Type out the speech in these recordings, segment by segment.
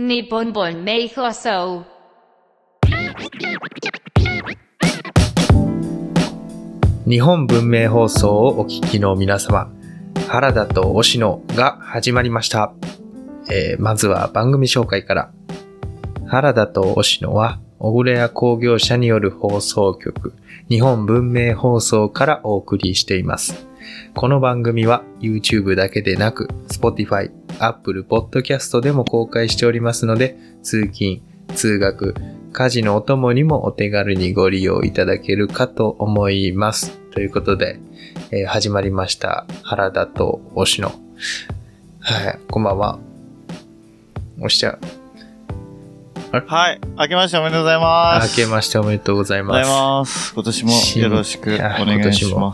日本文明放送日本文明放送をお聞きの皆様、原田と押野が始まりました。まずは番組紹介から。原田と押野は小倉屋工業者による放送局日本文明放送からお送りしています。この番組は YouTube だけでなく Spotify、Apple Podcast でも公開しておりますので、通勤、通学、家事のお供にもお手軽にご利用いただけるかと思います。ということで、始まりました原田と押野。はい、こんばんは。押しちゃう。 はい。明けましておめでとうございます。 明けましておめでとうございます。 おはようございます。今年もよろしくお願いします。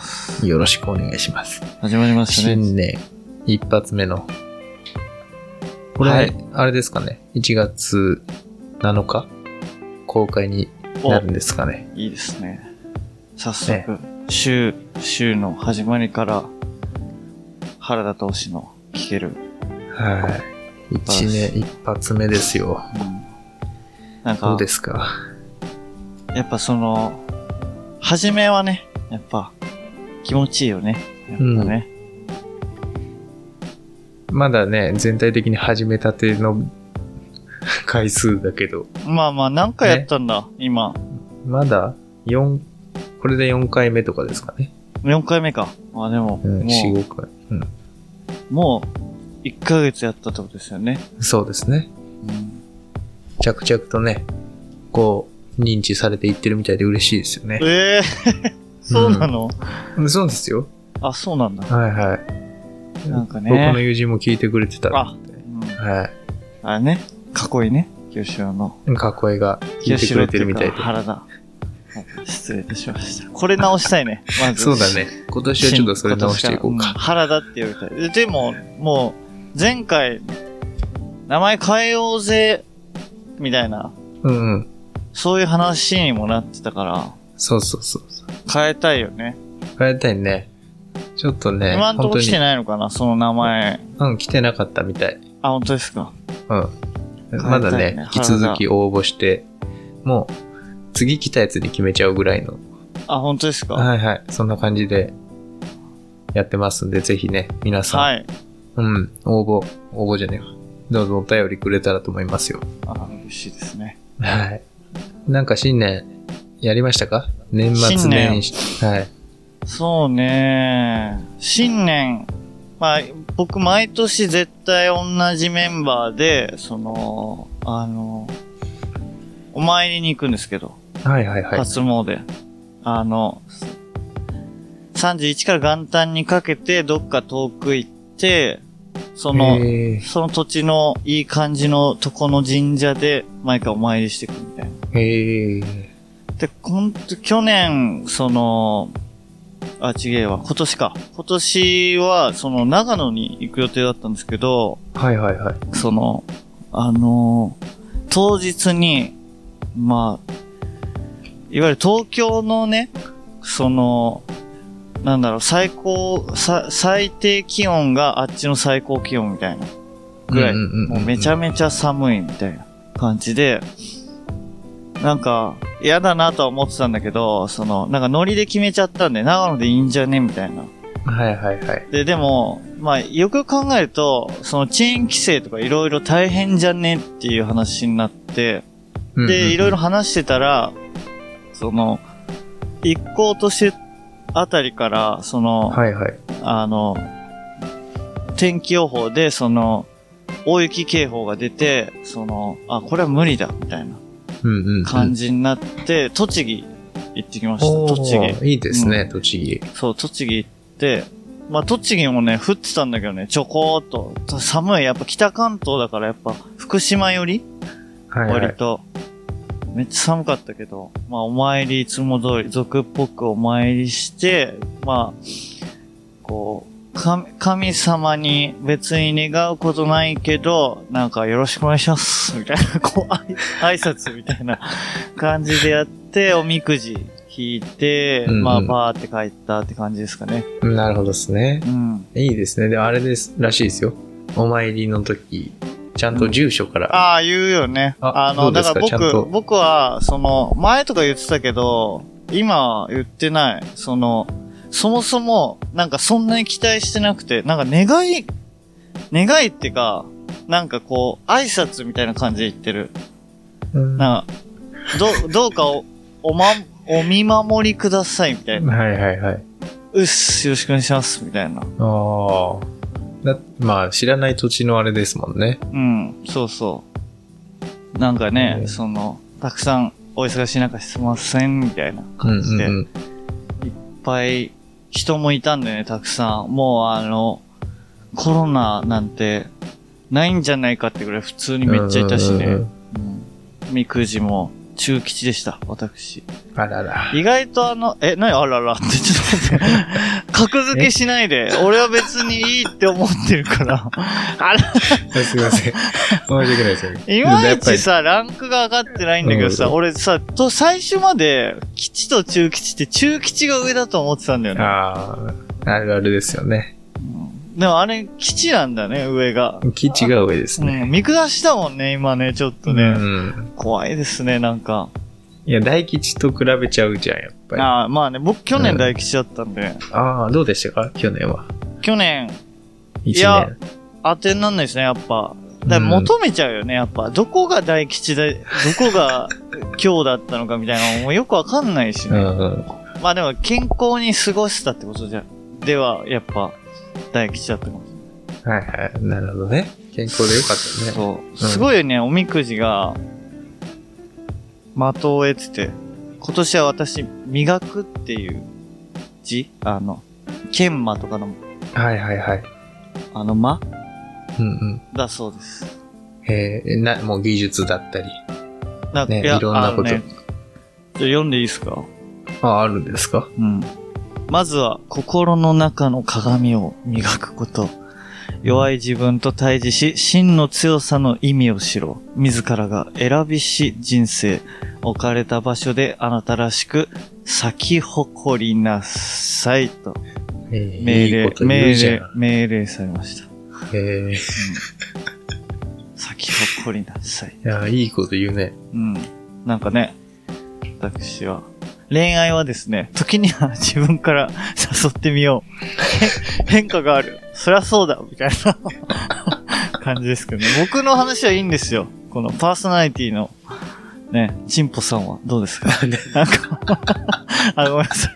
よろしくお願いします。 始まりましたね。 新年一発目の。これ、はい、あれですかね。1月7日公開になるんですかね。 いいですね。早速、ね、週の始まりから原田と押野聞ける。 はい。1年一発目ですよ。 なんかどうですか？ やっぱ初めはね、やっぱ気持ちいいよね。やっぱね。 まだね、全体的に始めたての回数だけど。 まあまあ、何回やったんだ、ね、今。 まだこれで4回目とかですかね。 4回目か。あ、でも、 4、5回。 もう、1ヶ月やったってことですよね。 そうですね。着々とね、こう、認知されていってるみたいで嬉しいですよね。 そうなの？ そうですよ。 あ、そうなんだ。 はいはい。 なんかね。 僕の友人も聞いてくれてたら。はい。 あれね、かっこいいね。清志郎の。 かっこいいが聞いてくれてるみたいで。 原田。失礼いたしました。これ直したいね。まず。 そうだね。今年はちょっとそれ直していこうか。 原田って呼びたい。でも、もう、前回、名前変えようぜ、みたいな。そういう話にもなってたから。 そう。 変えたいよね。 変えたいね。ちょっとね。 今んとこ来てないのかな、その名前。 来てなかったみたい。 あ、本当ですか。 まだね、引き続き応募して、もう、次来たやつに決めちゃうぐらいの。 あ、本当ですか。 はいはい。そんな感じで、やってますんで、ぜひね、皆さん。 はい。 応募じゃねえわ。どうぞお便りくれたらと思いますよ。 嬉しいですね。 はい。なんか新年、やりましたか？年末年始。はい。 そうね。新年、まあ、僕毎年絶対同じメンバーで、お参りに行くんですけど。 はい。 初詣。31から元旦にかけてどっか遠く行って、その土地のいい感じのとこの神社で毎回お参りしていくみたいな。で、去年、違えわ。今年か。今年は、長野に行く予定だったんですけど、 はい。 当日に、まあ、いわゆる東京のね、最低気温があっちの最高気温みたいなぐらい、もうめちゃめちゃ寒いみたいな感じで、なんか、嫌だなとは思ってたんだけど、なんかノリで決めちゃったんで、長野でいいんじゃねみたいな。 はい。 でも、まあ、よく考えると、チェーン規制とかいろいろ大変じゃねっていう話になって、で、いろいろ話してたら、一行都市あたりから、天気予報で、大雪警報が出て、これは無理だ、みたいな感じになって、栃木行ってきました。栃木。 いいですね、栃木。 そう、栃木行って、まあ、栃木もね、降ってたんだけどね、ちょこーっと。寒い。やっぱ北関東だからやっぱ福島より割と。めっちゃ寒かったけど、まあお参りいつも通り、俗っぽくお参りして、まあ、こう、神様に別に願うことないけど、なんかよろしくお願いします、みたいな、こう、挨拶みたいな感じでやって、おみくじ引いて、まあパーって帰ったって感じですかね。 なるほどですね。いいですね。でもあれです、らしいですよ。お参りの時、ちちゃんと住所から。 ああ、言うよね。だから僕は、前とか言ってたけど、今は言ってない。そもそも、なんかそんなに期待してなくて、なんか願いってか、なんかこう、挨拶みたいな感じで言ってる。なんか、どうかお見守りくださいみたいな。 はいはいはい。 よろしくお願いしますみたいな。 まあ、知らない土地のあれですもんね。 うん、そうそう。なんかね、たくさんお忙しい中すいませんみたいな感じで、いっぱい人もいたんでね、たくさん。もうコロナなんてないんじゃないかってぐらい普通にめっちゃいたしね。みくじも中吉でした、私。 あらら。 意外と何あららってちょっと待って。格付けしないで。俺は別にいいって思ってるから。あら。 すいません。申し訳ないですよ。 いまいちさ、ランクが上がってないんだけどさ、俺さ、最初まで、吉と中吉って中吉が上だと思ってたんだよね。 あるあるですよね。 でもあれ、吉なんだね、上が。 吉が上ですね。 見下したもんね、今ね、ちょっとね。怖いですね、なんか。 いや、大吉と比べちゃうじゃん、やっぱり。 まあね、僕去年大吉だったんで。 どうでしたか去年は。 去年。 1年。 いや、当てになんないですね、やっぱ。だから求めちゃうよね、やっぱ。どこが大吉で、どこが今日だったのかみたいなのもよくわかんないしね。まあでも、健康に過ごしたってことでは、やっぱ、大吉だったかもしれない。はいはい。なるほどね。健康でよかったね。 そう。すごいよね、おみくじが、的を得てて、今年は私、磨くっていう字研磨とかの。 はいはいはい。 間だそうです。 もう技術だったり。 ね、いろんなこと。読んでいいですか？ あるんですか？ まずは、心の中の鏡を磨くこと。弱い自分と対峙し、真の強さの意味を知ろう。自らが選びし人生。置かれた場所であなたらしく咲き誇りなさいと。命令されました。咲き誇りなさい。 いや、いいこと言うね。 なんかね、私は。恋愛はですね、時には自分から誘ってみよう。変化がある。そりゃそうだ、みたいな感じですけどね。僕の話はいいんですよ。このパーソナリティの、ね、チンポさんはどうですかなんかごめんなさい。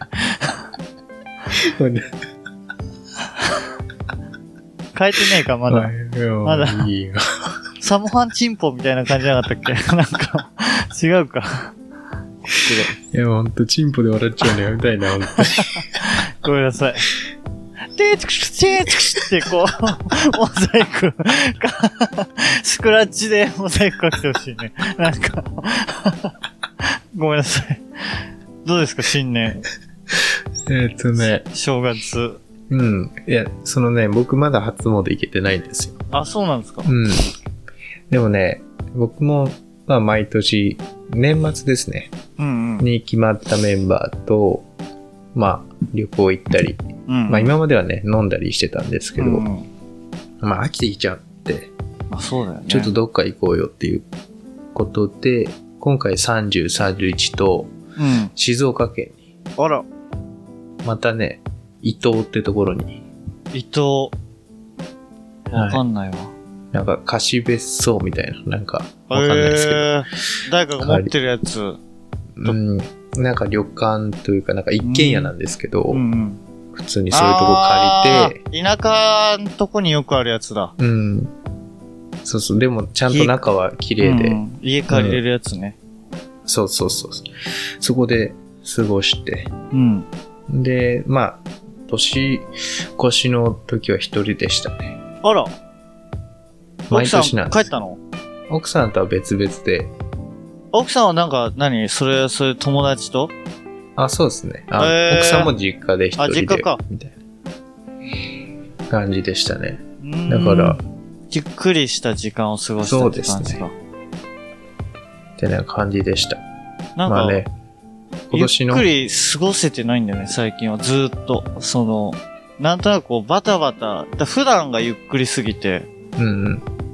変えてねえか、まだ。まだ。いいよサモハンチンポみたいな感じじゃなかったっけなんか、違うか。 いや、ほんと、チンポで笑っちゃうのやめたいな、ほんとに。 ごめんなさい。チクシってこう、モザイク、スクラッチでモザイクかけてほしいね。なんか、ごめんなさい。どうですか、新年。正月。 いや、僕まだ初詣行けてないんですよ。 あ、そうなんですか？ でもね、僕も、まあ毎年、年末ですね。に決まったメンバーと、まあ旅行行ったり、まあ今まではね、飲んだりしてたんですけど、まあ飽きてきちゃって、 そうだよね。 ちょっとどっか行こうよっていうことで、今回30、31と、静岡県に。 あら。 またね、伊東ってところに。 伊東。わかんないわ。 なんか貸別荘みたいな、なんかわかんないですけど。 誰かが持ってるやつ。 なんか旅館というか、なんか一軒家なんですけど、普通にそういうとこ借りて。 田舎のとこによくあるやつだ。 そうそう、でもちゃんと中は綺麗で。 家借りれるやつね。 そう。そこで過ごして。で、まあ、年越しの時は一人でしたね。 あら。 毎年なんです。 帰ったの？ 奥さんとは別々で。 奥さんはなんか、それ友達と？ あ、そうですね。奥さんも実家で一人で。 実家か。 みたいな感じでしたね。だから、 ゆっくりした時間を過ごしたって感じか。 ってな感じでした。 なんか、 まあね、今年の。 ゆっくり過ごせてないんだよね、最近は。ずーっと。なんとなくこう、バタバタ。普段がゆっくりすぎて。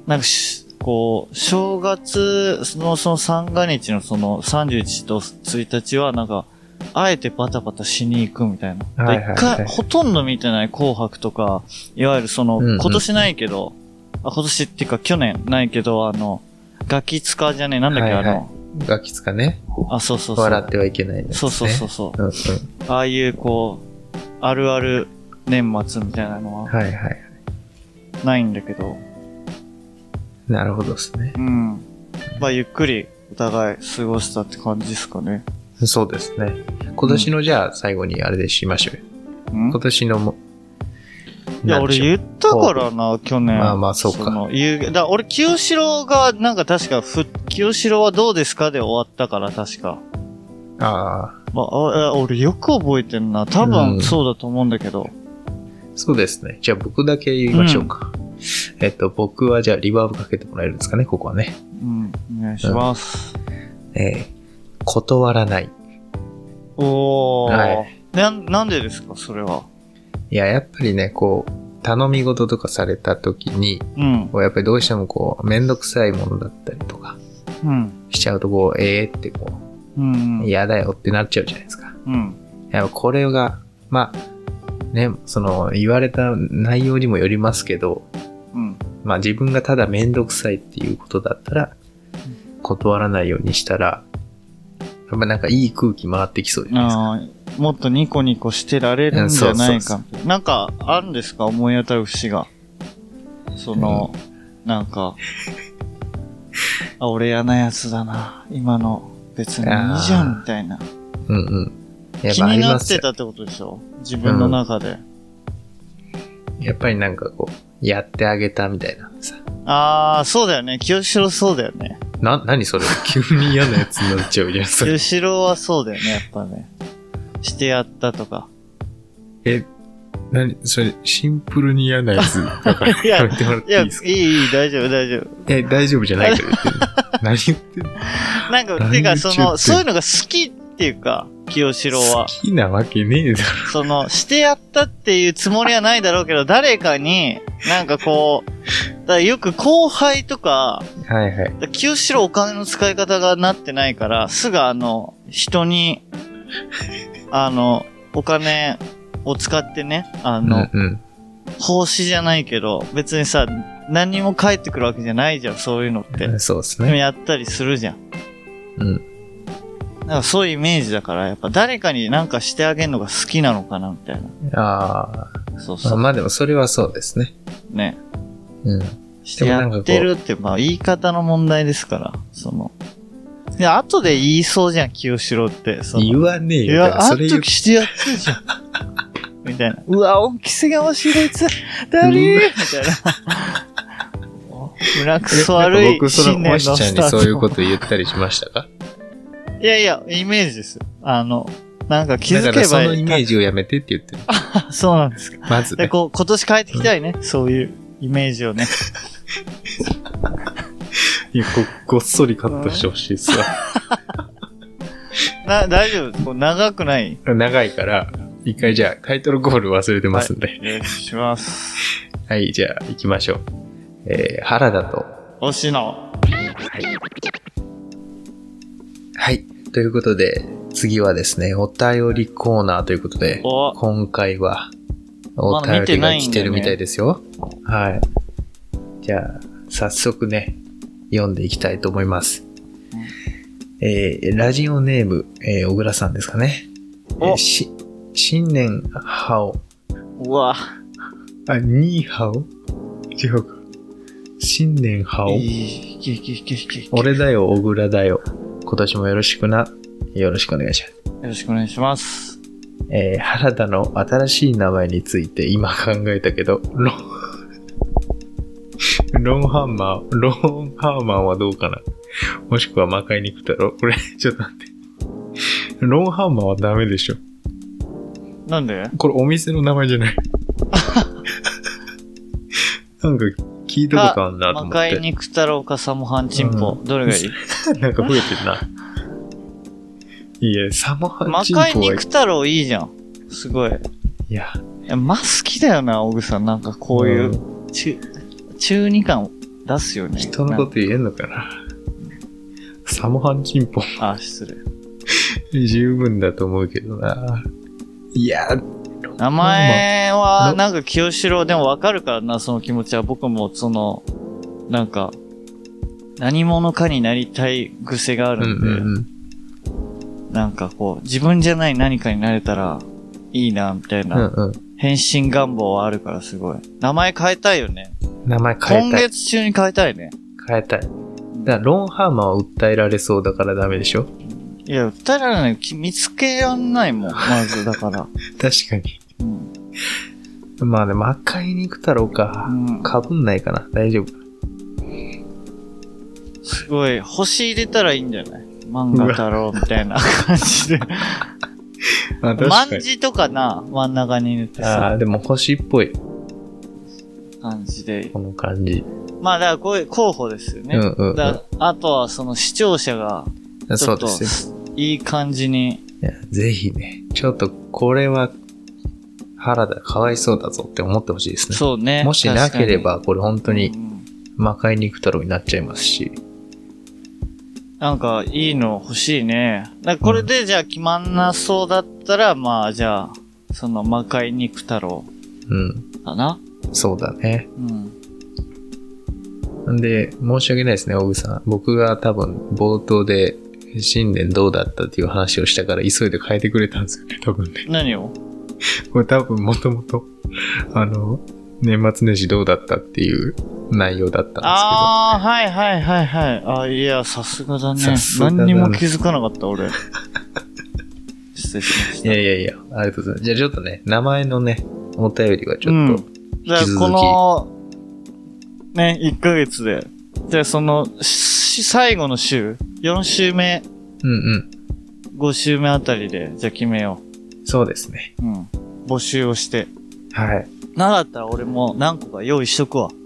なんかこう、正月のその三が日のその31と1日はなんか、あえてバタバタしに行くみたいな。 はいはいはい、 一回、ほとんど見てない紅白とか、いわゆるその、今年ないけど、今年っていうか去年ないけど、ガキツカじゃねえ、なんだっけ、 はいはい、ガキツカね。 そうそうそう。 笑ってはいけない、ね。 そうそうそうそう、 うんうん。 ああいうこう、あるある年末みたいなのは、 はいはい。 ないんだけど。 なるほどですね。 うん。まあ、ゆっくりお互い過ごしたって感じですかね。 そうですね。今年のじゃあ最後にあれでしましょうよ。今年のも。 いや、俺言ったからな、去年。 まあまあ、そうか。 俺、清志郎が、なんか確か、清志郎はどうですかで終わったから、確か。 ああ。 まあ、俺よく覚えてんな。多分そうだと思うんだけど。 そうですね。じゃあ僕だけ言いましょうか。僕はじゃあリバーブかけてもらえるんですかね、ここはね。 うん、お願いします。 断らない。 おー。 はい。 なんでですか、それは。 いや、やっぱりね、こう、頼み事とかされた時に、やっぱりどうしてもこう、めんどくさいものだったりとか、しちゃうとこう、ってこう、嫌だよってなっちゃうじゃないですか。やっぱこれが、まあ、ね、言われた内容にもよりますけど、まあ自分がただめんどくさいっていうことだったら、断らないようにしたら、やっぱなんかいい空気回ってきそうじゃないですか。 もっとニコニコしてられるんじゃないか。なんか、あるんですか、思い当たる節が。なんか、俺嫌なやつだな。今の、別にいいじゃん、みたいな。気になってたってことでしょ、自分の中で。 やっぱりなんかこう、やってあげたみたいなさ。 そうだよね。清志郎そうだよね。 何それ急に嫌なやつになっちゃうじゃん、それ。 清志郎はそうだよね、やっぱね。してやったとか。 それ、シンプルに嫌なやつだからやめてもらっていいですか？ いい、大丈夫。 大丈夫じゃないから言ってる。何言ってんの？ なんか、てか、そういうのが好きっていうか、清志郎は。 好きなわけねえだろ。 してやったっていうつもりはないだろうけど、誰かに、なんかこう、だよく後輩とか、 はいはい。 清志郎お金の使い方がなってないから、すぐ人に、お金を使ってね、奉仕じゃないけど、別にさ、何も返ってくるわけじゃないじゃん、そういうのって。 そうですね。 でもやったりするじゃん。なんかそういうイメージだから、やっぱ誰かになんかしてあげるのが好きなのかな、みたいな。そうそう。 まあでもそれはそうですね。 ね。してやってるって、まあ言い方の問題ですから、で、後で言いそうじゃん、清志郎って。 言わねえよ。 いや、あの時してやってるじゃん。みたいな。うわ、恩着せがましいこいつ。だりーみたいな。胸くそ悪い。 僕、もしちゃんにそういうこと言ったりしましたか？ いやいや、イメージですよ。なんか気づけばいい。 だからそのイメージをやめてって言ってる。 そうなんですか。 まずね。 で、今年変えていきたいね。そういうイメージをね。 いや、ごっそりカットしてほしいっすわ。 大丈夫？長くない？ 長いから、一回じゃあタイトルコール忘れてますんで。 はい、お願いします。 はい、じゃあ行きましょう。原田と星野。 はい。はい。ということで、次はですね、お便りコーナーということで、今回はお便りが来てるみたいですよ。はい。じゃあ、早速ね、読んでいきたいと思います。ラジオネーム、小倉さんですかね。新年ハオ。 うわ。 ニーハオ？違うか。新年ハオ。俺だよ、小倉だよ。今年もよろしくな。よろしくお願いします。 よろしくお願いします。 原田の新しい名前について今考えたけど、ロンハーマーはどうかな。もしくは魔界肉太郎。これ、ちょっと待って。ロンハーマーはダメでしょ。 なんで？ これお店の名前じゃない。なんか聞いたことあるなと思って。魔界肉太郎かサモハンチンポ。どれがいい？ なんか増えてるな。いや、サモハンチンポ魔界肉太郎いいじゃん。すごい。 いや。 好きだよな、オグさん。なんかこういう、中二感出すよね。 人のこと言えんのかな。サモハンチンポン。 あ、失礼。 十分だと思うけどな。いや、 名前は、なんか清志郎でもわかるからな、その気持ちは。僕もなんか、何者かになりたい癖があるんで、なんかこう、自分じゃない何かになれたらいいな、みたいな、変身願望はあるからすごい。名前変えたいよね。 名前変えたい。 今月中に変えたいね。 変えたい。だからロンハーマーは訴えられそうだからダメでしょ？ いや、訴えられない。見つけらんないもん、まず、だから。 確かに。まあね、魔界肉太郎か。かぶんないかな。大丈夫。 すごい、星入れたらいいんじゃない？漫画太郎みたいな感じで。万字とかな、真ん中に入れてさ。 ああ、でも星っぽい。 感じで。 この感じ。 まあ、だからこういう候補ですよね。あとはその視聴者が、ちょっと、いい感じに。 いや、ぜひね、ちょっとこれは、原田かわいそうだぞって思ってほしいですね。 そうね。 もしなければ、これ本当に、魔界肉太郎になっちゃいますし。 なんか、いいの欲しいね。これでじゃあ決まんなそうだったら、まあ、じゃあ、その魔界肉太郎。かな？ そうだね。んで、申し訳ないですね、オグさん。僕が多分、冒頭で、新年どうだったっていう話をしたから、急いで変えてくれたんですよね、多分ね。 何を？ これ多分、もともと、年末年始どうだったっていう内容だったんですけど。 ああ、はいはいはいはい。あ、いや、さすがだね。何にも気づかなかった、俺。失礼しました。 いや、ありがとうございます。じゃあちょっとね、名前のね、お便りはちょっと、 じゃあこの、ね、1ヶ月で。じゃあその、最後の週、4週目、5週目あたりで、じゃあ決めよう。そうですね。 募集をして。 はい。 なかったら俺も何個か用意しとくわ。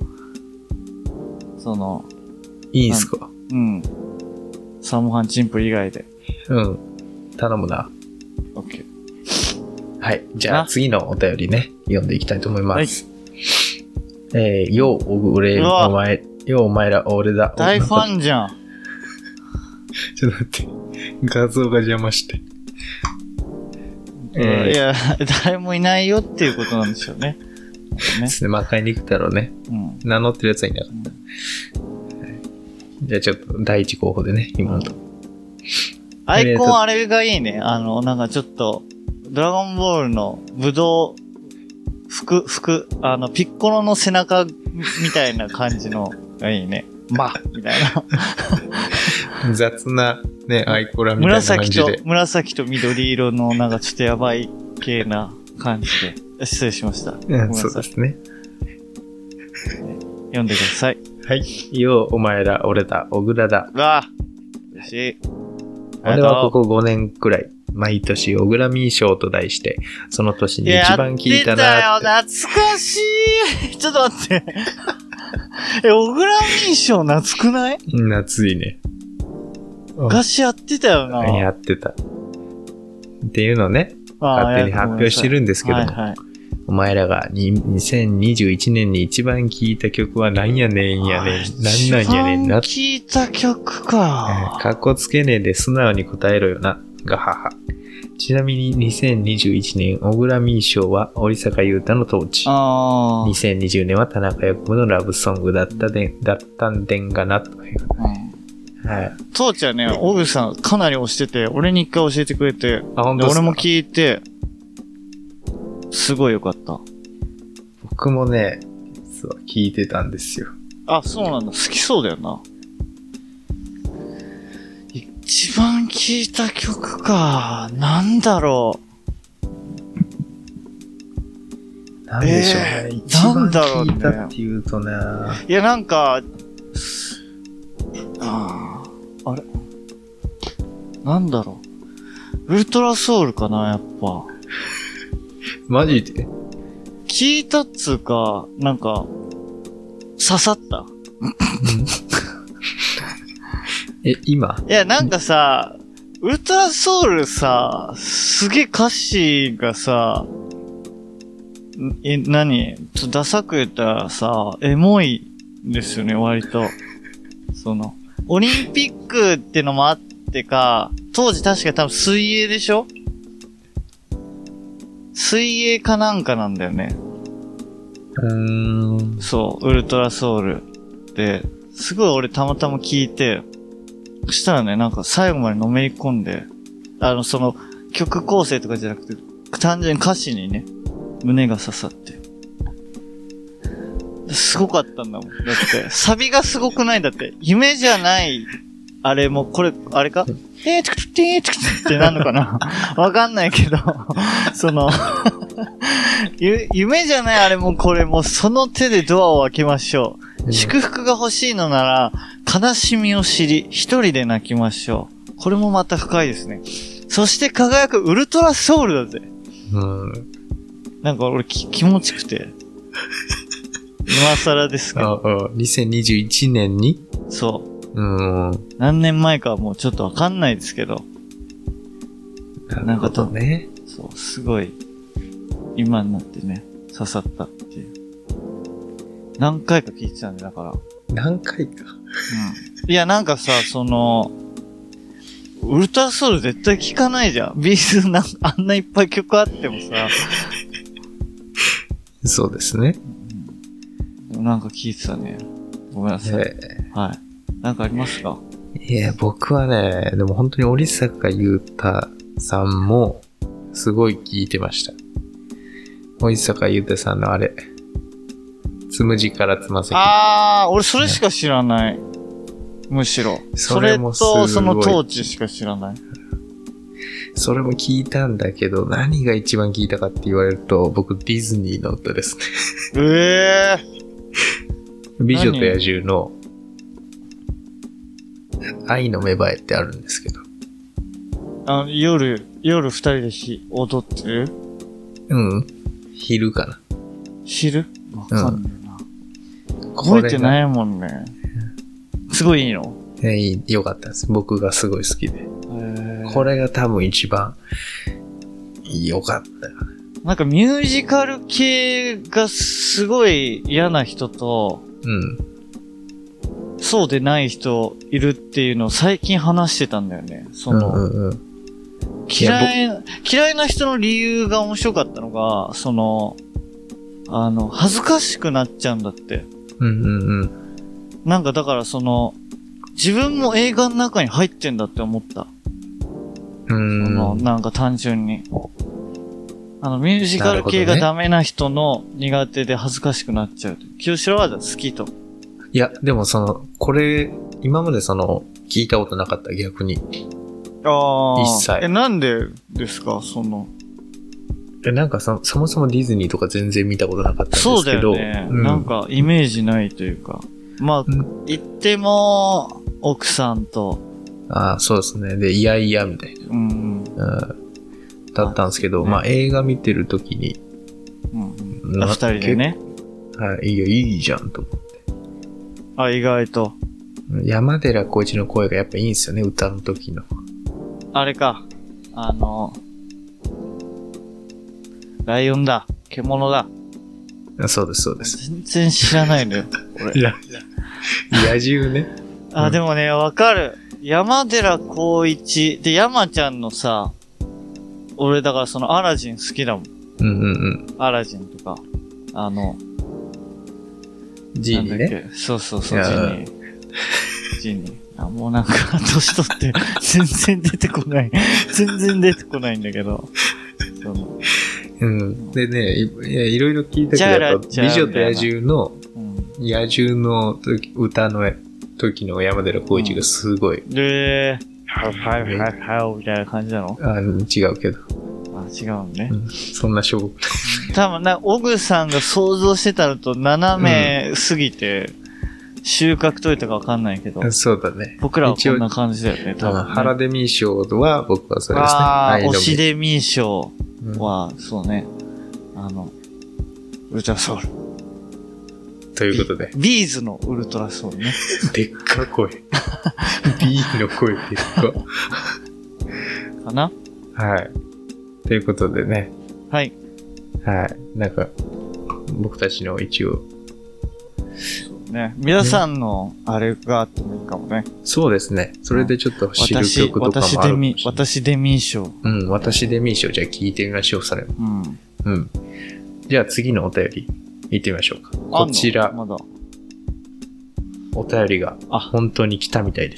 いいんすか？ サモハンチンプ以外で。 頼むな。 オッケー。はい。じゃあ次のお便りね、読んでいきたいと思います。よう、お前ら、俺だ。 大ファンじゃん。 ちょっと待って。画像が邪魔して。 いや、誰もいないよっていうことなんでしょうね。 ですね、魔界肉太郎ね。名乗ってるやつはいなかった。じゃあちょっと第一候補でね、今のと。 アイコンあれがいいね。なんかちょっと、ドラゴンボールの武道服、ピッコロの背中みたいな感じのがいいね。みたいな。 雑なね、アイコラみたいな感じで。 紫と緑色のなんかちょっとやばい系な感じで。失礼しました。 そうですね。 読んでください。 はい。よう、お前ら、俺だ、小倉だ。 嬉しい。 俺はここ5年くらい、毎年、小倉ミー賞と題して、その年に一番聞いたなって。 やってたよ、懐かしい。ちょっと待って。小倉ミー賞懐くない？ 夏いね。 昔やってたよな。 やってた。っていうのをね、勝手に発表してるんですけども。お前らが2021年に一番聴いた曲は何やねんやねん。何なんやねんな。 聴いた曲か。 かっこつけねえで素直に答えろよな。がはは。ちなみに2021年、小倉ミー賞は織坂優太の統治。2020年は田中翼のラブソングだったんでんがな。という。 統治はね、小倉さんかなり推してて、俺に一回教えてくれて、俺も聞いて、すごいよかった。 僕もね、実は聞いてたんですよ。 そうなんだ。好きそうだよな。一番聴いた曲か。なんだろう。 なんでしょうね。一番聴いたって言うとね。 いや、なんか、あれなんだろう。ウルトラソウルかな、やっぱ。 マジで？ 聞いたっつうか、なんか、刺さった。 今？ いや、なんかさ、ウルトラソウルさ、すげえ歌詞がさ、ダサく言ったらさ、エモいですよね、割と。オリンピックってのもあってか、当時確か多分水泳でしょ？水泳かなんかなんだよね。そう、ウルトラソウル。で、すごい俺たまたま聞いて、そしたらね、なんか最後までのめり込んで、曲構成とかじゃなくて、単純に歌詞にね、胸が刺さって。すごかったんだもん。だって、サビがすごくないんだって。夢じゃない、あれも、これ、あれかトゥクトゥテートゥクトゥってなんのかなわかんないけど、夢じゃないあれもこれも、その手でドアを開けましょう。祝福が欲しいのなら、悲しみを知り、一人で泣きましょう。これもまた深いですね。そして輝くウルトラソウルだぜ。なんか俺気持ちくて。今更ですけど。 2021年に？ そう。何年前かはもうちょっとわかんないですけど。 なんかね。 そう、すごい、今になってね、刺さったっていう。何回か聞いてたんで、だから。 何回か。 いや、なんかさ、ウルトラソウル絶対聞かないじゃん。ビーズあんないっぱい曲あってもさ。 そうですね。 なんか聞いてたね。ごめんなさい。はい。なんかありますか？ いや、僕はね、でも本当に折坂優太さんもすごい聞いてました。折坂優太さんのあれ。つむじからつま先。 俺それしか知らない。むしろ。それとそのトーチしか知らない。 それも聞いたんだけど、何が一番聞いたかって言われると、僕ディズニーの歌ですね。美女と野獣の愛の芽生えってあるんですけど。 夜二人で踊ってる？ 昼かな。 昼？わかんないな。覚えてないもんね。すごいいいの？ 良かったです。僕がすごい好きで。これが多分一番良かったよね。 なんかミュージカル系がすごい嫌な人と、そうでない人いるっていうのを最近話してたんだよね。嫌いな人の理由が面白かったのが、恥ずかしくなっちゃうんだって。なんかだから自分も映画の中に入ってんだって思った。なんか単純に。ミュージカル系がダメな人の苦手で恥ずかしくなっちゃう。清志郎は好きと。 いや、でもこれ、今まで聞いたことなかった、逆に。一切。 なんでですか、 なんかそもそもディズニーとか全然見たことなかったんですけど。 そうだよね。なんかイメージないというか。まあ、言っても、奥さんと。 そうですね。で、いやいや、みたいな。だったんですけど、まあ映画見てるときに。 二人でね。 いいじゃん、と思って。 意外と。 山寺宏一の声がやっぱいいんですよね、歌の時の。 あれか。ライオンだ。獣だ。 そうです、そうです。 全然知らないのよ、俺。 野獣ね。 でもね、わかる。山寺宏一。で、山ちゃんのさ、俺だからアラジン好きだもん。アラジンとか。 ジーニーね。 そう、ジーニー。もうなんか、年取って、全然出てこない。全然出てこないんだけど。 でね、いろいろ聞いたけど、やっぱ美女と野獣の、野獣の歌の時の山寺宏一がすごい。 ハウみたいな感じなの？ 違うけど。 違うのね。 そんな勝負。 多分オグさんが想像してたのと斜めすぎて、収穫取れたかわかんないけど。 そうだね。 僕らはこんな感じだよね、多分、ね。 ハラデミー賞は僕はそれですね。 オシデミー賞は、そうね。ウルトラソウル。 ということで。 ビーズのウルトラソウルね。 でっか声。ビーの声でっか。 かな？ はい。ということでね。 はい。 はい。なんか、僕たちの一応、 ね。皆さんのあれがあってもいいかもね。 そうですね。それでちょっと知る曲とかもある。 私デミー賞。 うん、私デミー賞。じゃあ聞いてみましょう、それも。 うん。 うん。じゃあ次のお便り、行ってみましょうか。こちら。 まだ。 お便りが本当に来たみたいです。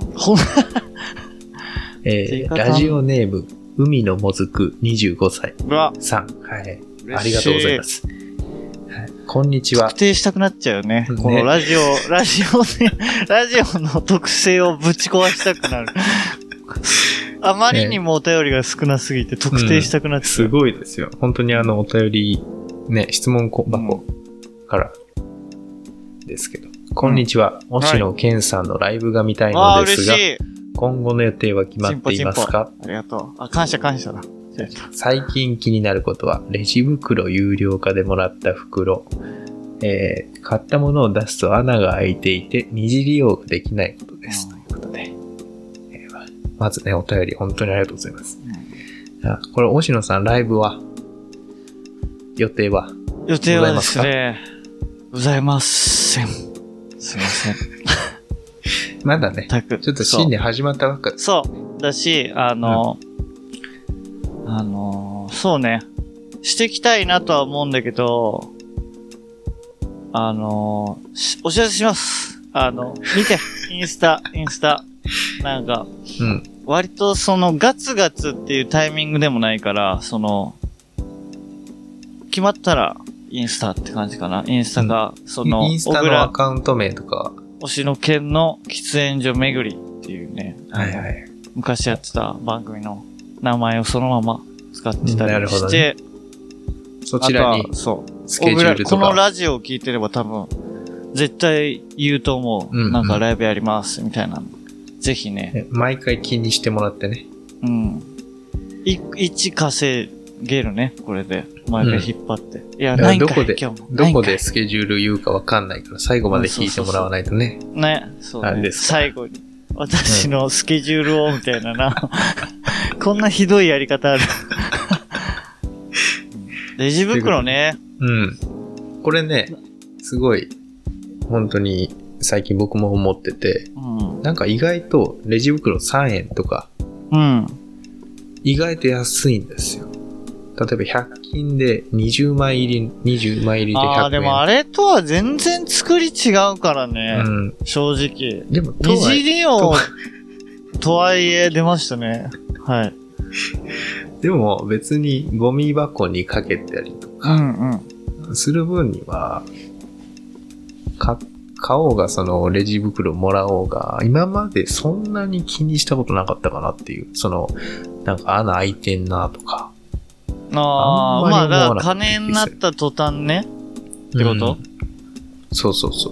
ラジオネーム、海のもずく25歳さん。はい。ありがとうございます。はい、こんにちは。 特定したくなっちゃうよね。このラジオの特性をぶち壊したくなる。あまりにもお便りが少なすぎて特定したくなっちゃう。 すごいですよ。本当にお便り、ね、質問箱からですけど。こんにちは。押野健さんのライブが見たいのですが、今後の予定は決まっていますか？ ありがとう。感謝だ。 最近気になることは、レジ袋有料化でもらった袋。買ったものを出すと穴が開いていて、二次利用ができないことです。ということで。まずね、お便り本当にありがとうございます。これ、押野さん、ライブは予定はですね、ございません。すいません。 まだね、ちょっと新年始まったばっかり。 そうだし、そうね、していきたいなとは思うんだけど、お知らせします。見て、インスタ。なんか、割とガツガツっていうタイミングでもないから、決まったら、インスタって感じかな。インスタが、 インスタのアカウント名とか。 推しの県の喫煙所巡りっていうね。 はいはい。 昔やってた番組の名前をそのまま使ってたりして。 そちらに、スケジュールとか。 このラジオを聞いてれば多分、絶対言うと思う。なんかライブやります、みたいな。ぜひね。 毎回気にしてもらってね。 うん。1稼げるね、これで。毎回引っ張って。いや、ないんかい、今日も。 どこでスケジュール言うかわかんないから、最後まで聞いてもらわないとね。 ね、そうね。あれです。最後に。私のスケジュールを、みたいなな。こんなひどいやり方ある。レジ袋ね。 これね、すごい、本当に最近僕も思ってて、なんか意外とレジ袋3円とか、意外と安いんですよ。例えば100均で20枚入りで100円。 でもあれとは全然作り違うからね。正直。 でも、 二次利用とはいえ出ましたね。はい。 でも別にゴミ箱にかけたりとか、する分には、買おうがレジ袋もらおうが、今までそんなに気にしたことなかったかなっていう。なんか穴開いてんなとか。 まあ、だから金になった途端ね。ってこと？ そう。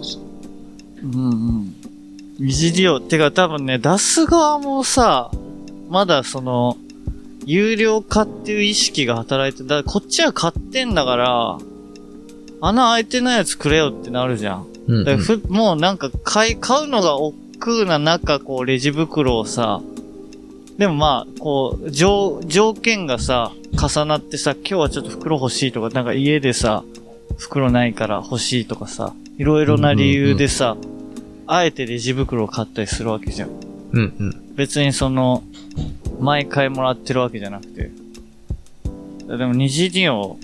二次利用。てか多分ね、出す側もさ、まだ有料化っていう意識が働いて、だからこっちは買ってんだから、穴開いてないやつくれよってなるじゃん。もうなんか買うのが億劫な中、レジ袋をさ、でもまあ、条件がさ、重なってさ、今日はちょっと袋欲しいとか、なんか家でさ、袋ないから欲しいとかさ、いろいろな理由でさ、あえてレジ袋を買ったりするわけじゃん。別に毎回もらってるわけじゃなくて。でも二次利用、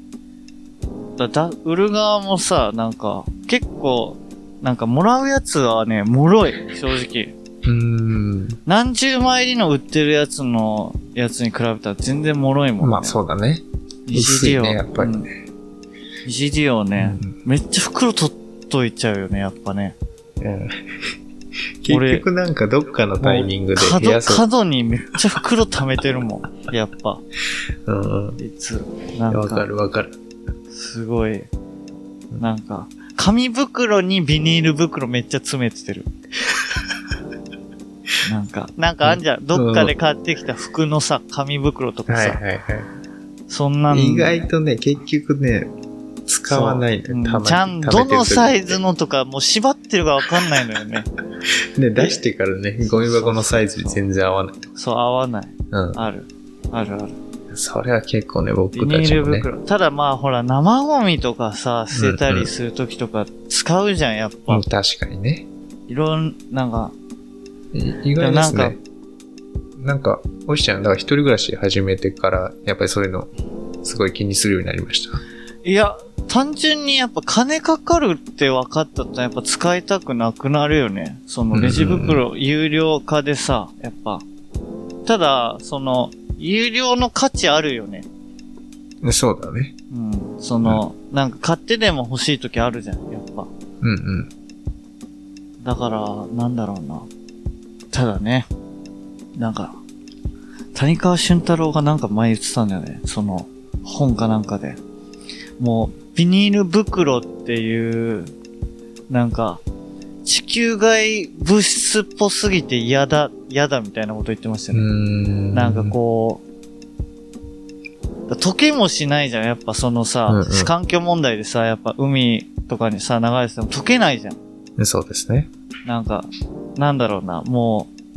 売る側もさ、なんか、結構、なんかもらうやつはね、脆い、正直。何十枚入りの売ってるやつに比べたら全然脆いもんね。 まあそうだね。 二次利用。 ね、やっぱりね。 二次利用ね、めっちゃ袋取っといちゃうよね、やっぱね。 結局なんかどっかのタイミングで角にめっちゃ袋貯めてるもん。やっぱ。いつ。なんか。 わかる。 すごい。なんか、紙袋にビニール袋めっちゃ詰めてる。なんかあんじゃん。どっかで買ってきた服のさ、紙袋とかさ。そんなの。 意外とね、結局ね、使わないのよ。 ちゃん、どのサイズのとか、もう縛ってるかわかんないのよね。 ね、出してからね、ゴミ箱のサイズに全然合わない。 そう、合わない。ある。 それは結構ね、僕ビニたちもね。 ール袋。ただまあほら、生ゴミとかさ、捨てたりするときとか使うじゃん、やっぱ。 確かにね。 なんか。 意外ですね。なんか、おしちゃん、だから一人暮らし始めてから、やっぱりそういうの、すごい気にするようになりました。 いや、単純にやっぱ金かかるって分かったとやっぱ使いたくなくなるよね。そのレジ袋有料化でさ、やっぱ。ただ、その、有料の価値あるよね。 そうだね。 うん。その、なんか買ってでも欲しい時あるじゃん、やっぱ。 うんうん。 だから、なんだろうな。ただね、なんか、谷川俊太郎がなんか前言ってたんだよね。その、本かなんかで。もう、ビニール袋っていう、なんか、地球外物質っぽすぎて嫌だみたいなこと言ってましたよね。なんかこう、溶けもしないじゃん。やっぱそのさ、環境問題でさ、やっぱ海とかにさ、流れてても溶けないじゃん。 そうですね。 なんか、なんだろうな、もう、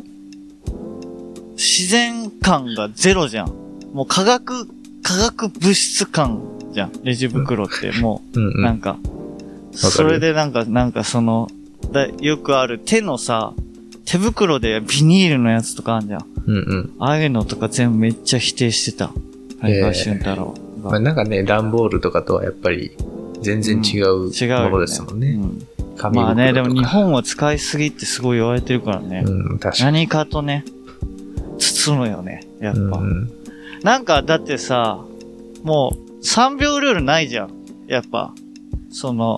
自然感がゼロじゃん。もう化学物質感じゃん。レジ袋ってもう、なんか、それでなんかその、よくある手のさ、手袋でビニールのやつとかあるじゃん。ああいうのとか全部めっちゃ否定してた。谷川俊太郎が。 まあなんかね、段ボールとかとはやっぱり全然違うものですもんね。 まあね、でも日本は使いすぎってすごい言われてるからね。 確かに。 何かとね、包むよね、やっぱ。なんかだってさ、もう3秒ルールないじゃん。やっぱ、その、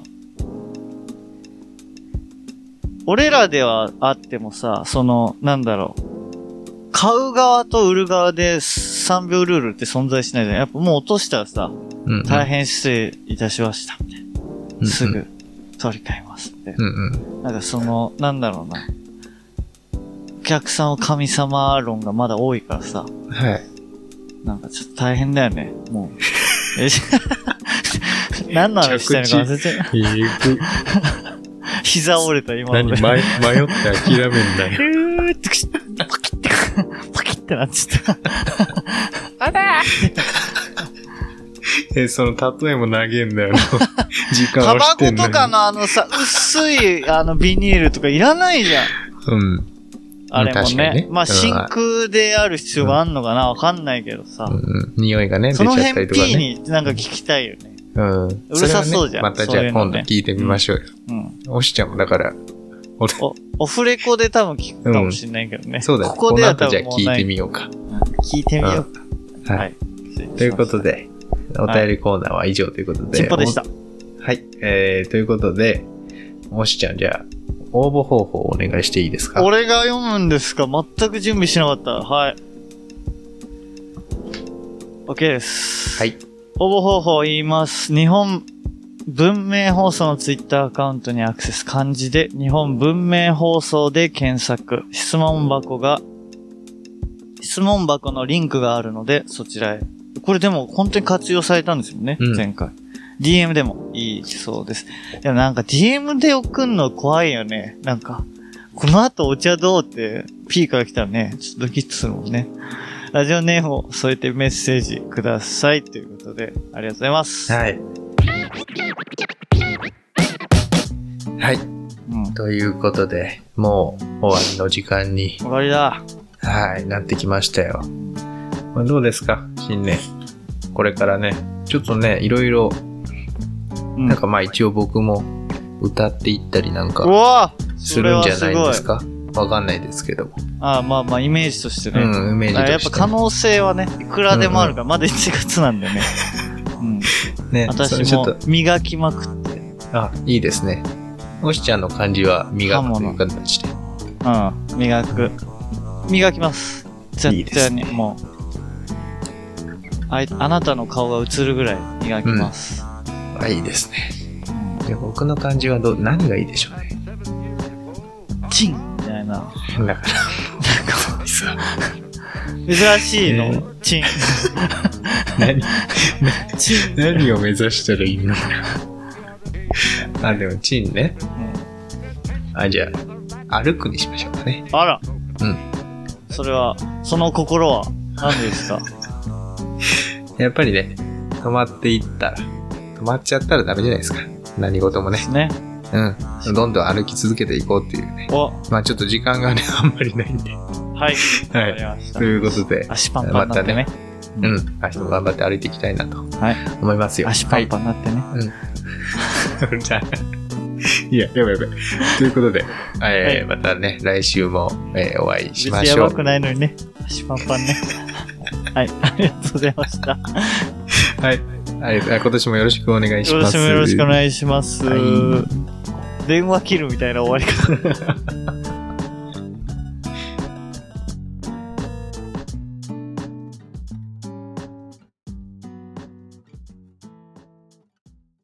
俺らではあってもさ、その、なんだろう。買う側と売る側で3秒ルールって存在しないじゃん。やっぱもう落としたらさ、大変失礼いたしました。みたいな。すぐ取り替えますって。なんかその、なんだろうな。お客さんを神様論がまだ多いからさ。 はい。 なんかちょっと大変だよね。もう。何の話したいのか忘れちゃう。膝折れた今ので。 迷って諦めんなよ。 パキってなっちゃった。 あらその例えも投げんだよ。時間押してんのに。 タバコとかのさ、薄いビニールとかいらないじゃん。あれもね。まあ真空である必要があんのかなわかんないけどさ。 匂いがね、出ちゃったりとかね。 その辺 P になんか聞きたいよね。うるさそうじゃん。 またじゃあ今度聞いてみましょうよ。おしちゃんもだから、 オフレコで多分聞くかもしれないけどね。 そうだね。ここでは多分じゃあ聞いてみようか。 聞いてみようか。はい。 ということで、お便りコーナーは以上ということで。 チンポでした。 はい。ということで、おしちゃんじゃあ、応募方法をお願いしていいですか？ 俺が読むんですか？全く準備しなかった。はい。OK です。 はい。 応募方法を言います。日本文明放送のツイッターアカウントにアクセス、漢字で日本文明放送で検索、質問箱のリンクがあるのでそちらへ。これでも本当に活用されたんですよね、前回。DM でもいいそうです。でもなんか DM で送んの怖いよね。なんか、この後お茶どうって P から来たらね、ちょっとドキッとするもんね。ラジオネームを添えてメッセージください。ということで、ありがとうございます。 はい。はい。ということで、もう終わりの時間に。 終わりだ。 はい、なってきましたよ。まあ、どうですか、新年。これからね、ちょっとね、いろいろ、なんかまあ一応僕も歌っていったりなんか、するんじゃないですか。わかんないですけども。 まあイメージとしてね。 イメージとして。 やっぱ可能性はね、いくらでもあるから、まだ1月なんでね。ね、私も磨きまくって。 いいですね。おしちゃんの漢字は磨くという形で。 磨きます。絶対に、もう。あなたの顔が映るぐらい磨きます。 いいですね。僕の漢字は何がいいでしょうね。 チンみたいな。 だから、 珍しいの、チン。 何を目指したらいいのかな。でもチンね。じゃあ、歩くにしましょうかね。 あら。それは、その心は何ですか？ やっぱりね、止まっていったら、止まっちゃったらダメじゃないですか。何事もね。 ね。 うん。どんどん歩き続けていこうっていうね。まあちょっと時間がね、あんまりないんで。 はい。 はい。 わかりました。 ということで。 足パンパンになってね。 うん。足も頑張って歩いていきたいなと。 はい。 思いますよ。 足パンパンになってね。 うん。じゃあ、いや、やばい。ということで、またね、来週も、お会いしましょう。 別にやばくないのにね。足パンパンね。はい。ありがとうございました。 はい。今年もよろしくお願いします。 今年もよろしくお願いします。 はい、 電話切るみたいな終わり方。